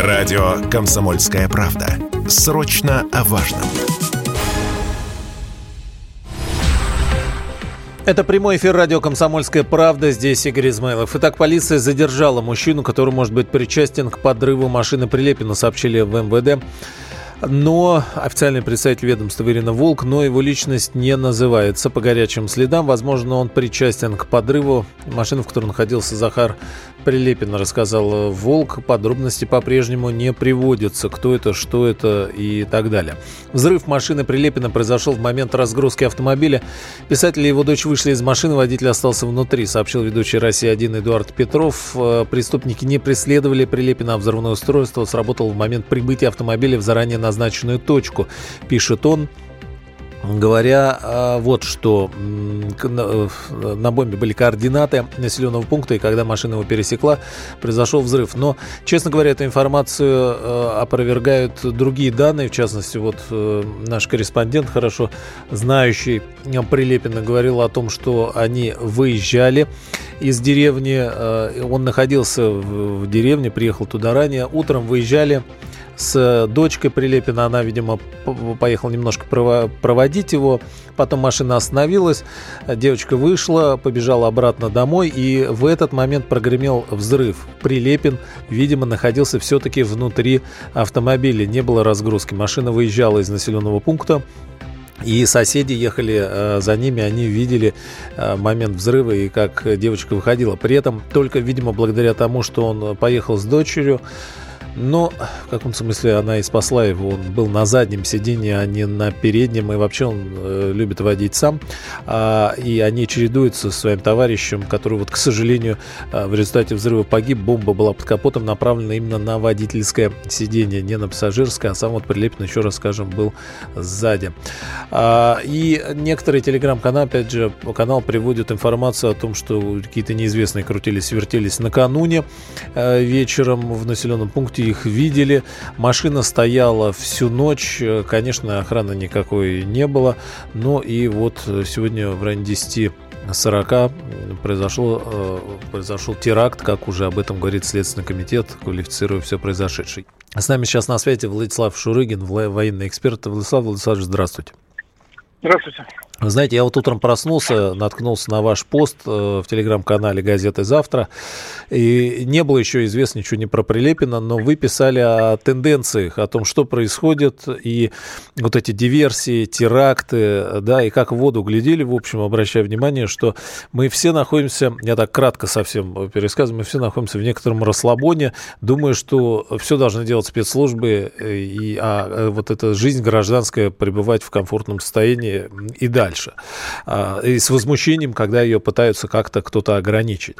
Радио «Комсомольская правда». Срочно о важном. Это прямой эфир радио «Комсомольская правда». Здесь Игорь Измайлов. Итак, полиция задержала мужчину, который может быть причастен к подрыву машины Прилепина, сообщили в МВД. Но официальный представитель ведомства Ирина Волк, но его личность не называется. По горячим следам, возможно, он причастен к подрыву машины, в которой находился Захар Прилепин, рассказал Волк. Подробности по-прежнему не приводятся. Кто это, что это и так далее. Взрыв машины Прилепина произошел в момент разгрузки автомобиля. Писатель и его дочь вышли из машины, водитель остался внутри, сообщил ведущий «Россия-1» Эдуард Петров. Преступники не преследовали Прилепина, а взрывное устройство сработало в момент прибытия автомобиля в заранее назначенную точку, пишет он, говоря вот что. На бомбе были координаты населенного пункта, и когда машина его пересекла, произошел взрыв. Но, честно говоря, эту информацию опровергают другие данные. В частности, вот наш корреспондент, хорошо знающий Прилепина, говорил о том, что они выезжали из деревни. Он находился в деревне, приехал туда ранее. Утром выезжали с дочкой Прилепина. Она, видимо, поехала немножко проводить его. Потом машина остановилась. Девочка вышла, побежала обратно домой. И в этот момент прогремел взрыв. Прилепин, видимо, находился все-таки внутри автомобиля. Не было разгрузки. Машина выезжала из населенного пункта. И соседи ехали за ними, они видели момент взрыва и как девочка выходила. При этом только, видимо, благодаря тому, что он поехал с дочерью, но в каком смысле она и спасла его. Он был на заднем сиденье, а не на переднем. И вообще он любит водить сам. И они чередуются со своим товарищем, который, вот, к сожалению, в результате взрыва погиб. Бомба была под капотом направлена именно на водительское сиденье, не на пассажирское. А сам вот Прилепин, еще раз скажем, был сзади. И некоторые телеграм-каналы, опять же, канал приводит информацию о том, что какие-то неизвестные крутились-вертелись накануне вечером в населенном пункте. Их видели. Машина стояла всю ночь. Конечно, охраны никакой не было. Но и вот сегодня в районе 10:40 произошел теракт, как уже об этом говорит Следственный комитет, квалифицируя все произошедшее. С нами сейчас на связи Владислав Шурыгин, военный эксперт. Владислав Владиславович, здравствуйте. Здравствуйте. Вы знаете, я вот утром проснулся, наткнулся на ваш пост в телеграм-канале «Газеты Завтра». И не было еще известно ничего не про Прилепина, но вы писали о тенденциях, о том, что происходит, и вот эти диверсии, теракты, да, и как в воду глядели, в общем, обращая внимание, что мы все находимся, я так кратко совсем пересказываю, мы все находимся в некотором расслабоне, думаю, что все должны делать спецслужбы, а вот эта жизнь гражданская пребывать в комфортном состоянии и дальше. И с возмущением, когда ее пытаются как-то кто-то ограничить.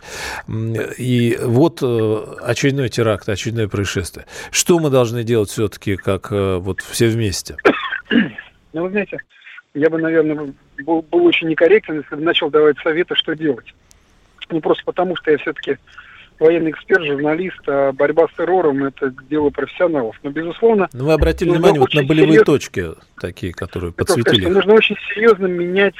И вот очередной теракт, очередное происшествие. Что мы должны делать все-таки, как вот все вместе? Ну, вы знаете, я бы, наверное, был очень некорректен, если бы начал давать советы, что делать. Ну, просто потому, что я все-таки военный эксперт, журналист, а борьба с террором – это дело профессионалов. Но, безусловно... Ну, вы обратили внимание вот на болевые точки, такие, которые подсветили. Нужно очень серьезно менять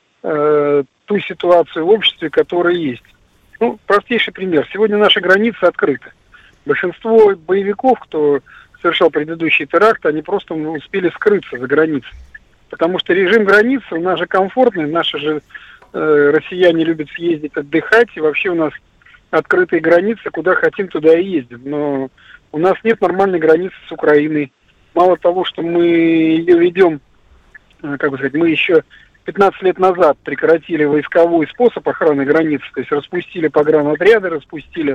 ту ситуацию в обществе, которая есть. Ну, простейший пример. Сегодня наши границы открыты. Большинство боевиков, кто совершал предыдущий теракт, они просто успели скрыться за границей. Потому что режим границы у нас же комфортный, наши же россияне любят съездить отдыхать, и вообще у нас открытые границы, куда хотим, туда и ездим. Но у нас нет нормальной границы с Украиной. Мало того, что мы ее ведем, как бы сказать, мы еще 15 лет назад прекратили войсковой способ охраны границ, то есть распустили погранотряды, распустили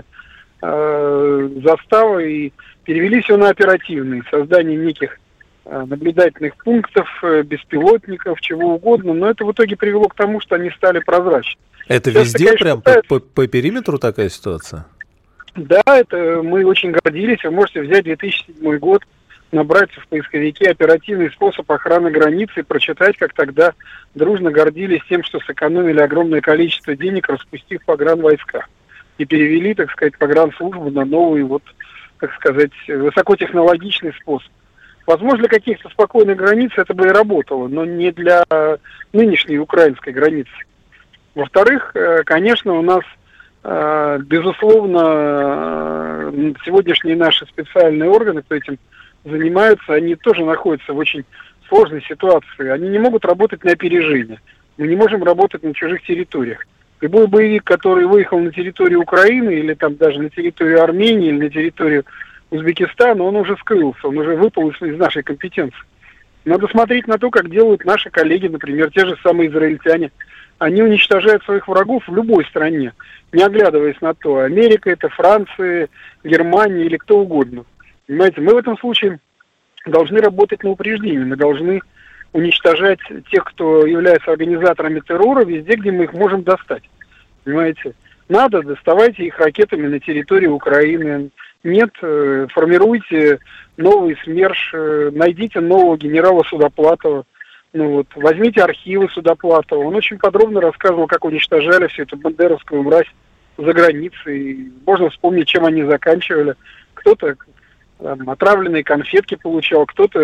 заставы и перевели все на оперативный, создание неких наблюдательных пунктов, беспилотников, чего угодно. Но это в итоге привело к тому, что они стали прозрачны. Это сейчас везде прям по периметру такая ситуация? Да, это мы очень гордились. Вы можете взять 2007 год, набрать в поисковике оперативный способ охраны границы и прочитать, как тогда дружно гордились тем, что сэкономили огромное количество денег, распустив погранвойска. И перевели, так сказать, погранслужбу на новый, вот, так сказать, высокотехнологичный способ. Возможно, для каких-то спокойных границ это бы и работало, но не для нынешней украинской границы. Во-вторых, конечно, у нас безусловно, сегодняшние наши специальные органы, кто этим занимаются, они тоже находятся в очень сложной ситуации. Они не могут работать на опережение. Мы не можем работать на чужих территориях. Любой боевик, который выехал на территорию Украины или там даже на территорию Армении или на территорию Узбекистана, он уже скрылся, он уже выпал из нашей компетенции. Надо смотреть на то, как делают наши коллеги, например, те же самые израильтяне. Они уничтожают своих врагов в любой стране, не оглядываясь на то, Америка это, Франция, Германия или кто угодно. Понимаете, мы в этом случае должны работать на упреждение, мы должны уничтожать тех, кто является организаторами террора, везде, где мы их можем достать. Понимаете? Надо, доставайте их ракетами на территории Украины. Нет, формируйте новый СМЕРШ, найдите нового генерала Судоплатова. Возьмите архивы Судоплатова. Он очень подробно рассказывал, как уничтожали всю эту бандеровскую мразь за границей. Можно вспомнить, чем они заканчивали. Кто-то отравленные конфетки получал, кто-то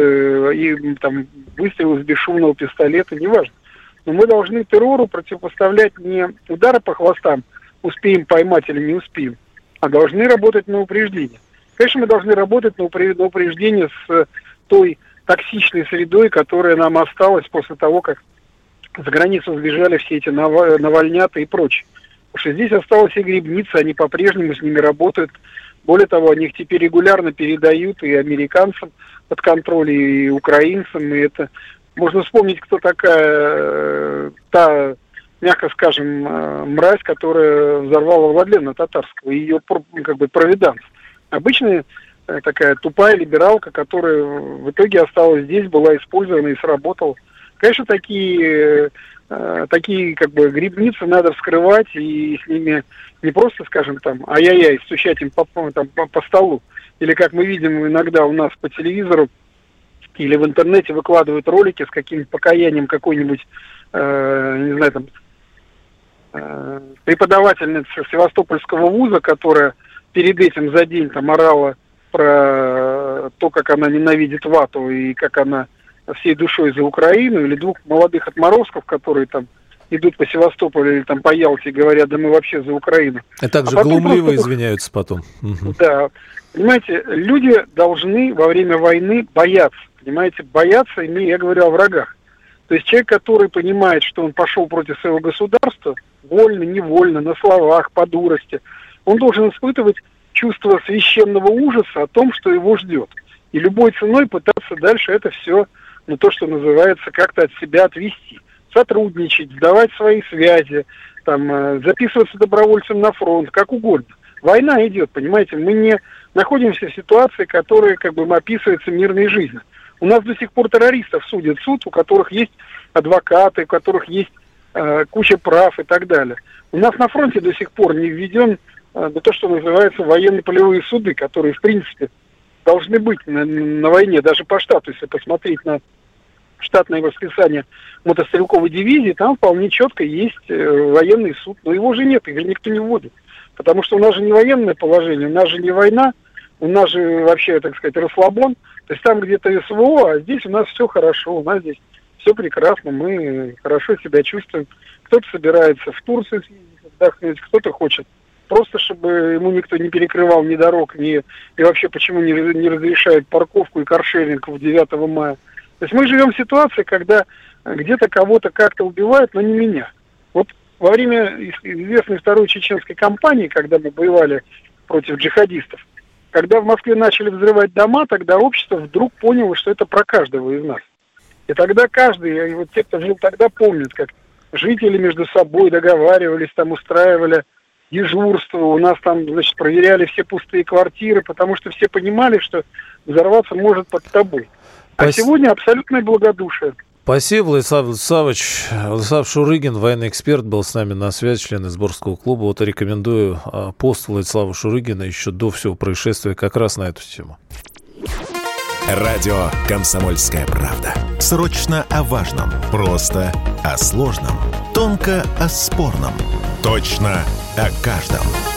выстрел из бесшумного пистолета, неважно. Но мы должны террору противопоставлять не удары по хвостам, успеем поймать или не успеем, а должны работать на упреждение. Конечно, мы должны работать на упреждение с той токсичной средой, которая нам осталась после того, как за границу сбежали все эти навальнята и прочее. Потому что здесь осталась и грибница, они по-прежнему с ними работают. Более того, они их теперь регулярно передают и американцам под контроль, и украинцам. И это можно вспомнить, кто такая та, мягко скажем, мразь, которая взорвала Владлена Татарского, и ее провиданс. Обычная такая тупая либералка, которая в итоге осталась здесь, была использована и сработала. Конечно, такие грибницы надо вскрывать и с ними не просто, скажем, ай-яй-яй, стучать им по столу. Или, как мы видим иногда у нас по телевизору или в интернете выкладывают ролики с каким-нибудь покаянием какой-нибудь, преподавательницы Севастопольского вуза, которая перед этим за день орала про то, как она ненавидит вату и как она всей душой за Украину, или двух молодых отморозков, которые идут по Севастополю или по Ялте и говорят, да мы вообще за Украину. И также глумливо извиняются потом. Да. Понимаете, люди должны во время войны бояться. Понимаете, бояться, я говорю о врагах. То есть человек, который понимает, что он пошел против своего государства, вольно, невольно, на словах, по дурости, он должен испытывать чувство священного ужаса о том, что его ждет. И любой ценой пытаться дальше это все, то, что называется, как-то от себя отвести. Сотрудничать, сдавать свои связи, записываться добровольцем на фронт, как угодно. Война идет, понимаете, мы не находимся в ситуации, которая описывается мирной жизнью. У нас до сих пор террористов судят суд, у которых есть адвокаты, у которых есть куча прав и так далее. У нас на фронте до сих пор не введен то, что называется военно-полевые суды, которые, в принципе, должны быть на войне, даже по штату, если посмотреть на штатное расписание мотострелковой дивизии, там вполне четко есть военный суд, но его же нет, их же никто не вводит, потому что у нас же не военное положение, у нас же не война, у нас же вообще, так сказать, расслабон, то есть там где-то СВО, а здесь у нас все хорошо, у нас здесь все прекрасно, мы хорошо себя чувствуем, кто-то собирается в Турцию отдохнуть, кто-то хочет просто, чтобы ему никто не перекрывал ни дорог, и вообще почему не разрешают парковку и каршеринг в 9 мая. То есть мы живем в ситуации, когда где-то кого-то как-то убивают, но не меня. Вот во время известной второй чеченской кампании, когда мы воевали против джихадистов, когда в Москве начали взрывать дома, тогда общество вдруг поняло, что это про каждого из нас. И тогда каждый, вот те, кто жил тогда, помнят, как жители между собой договаривались, устраивали дежурство, у нас проверяли все пустые квартиры, потому что все понимали, что взорваться может под тобой. А сегодня абсолютное благодушие. Спасибо, Владислав Владиславович. Владислав Шурыгин, военный эксперт, был с нами на связи, член Изборского клуба. Вот рекомендую пост Владислава Шурыгина еще до всего происшествия как раз на эту тему. Радио «Комсомольская правда». Срочно о важном, просто о сложном, тонко о спорном, точно о каждом.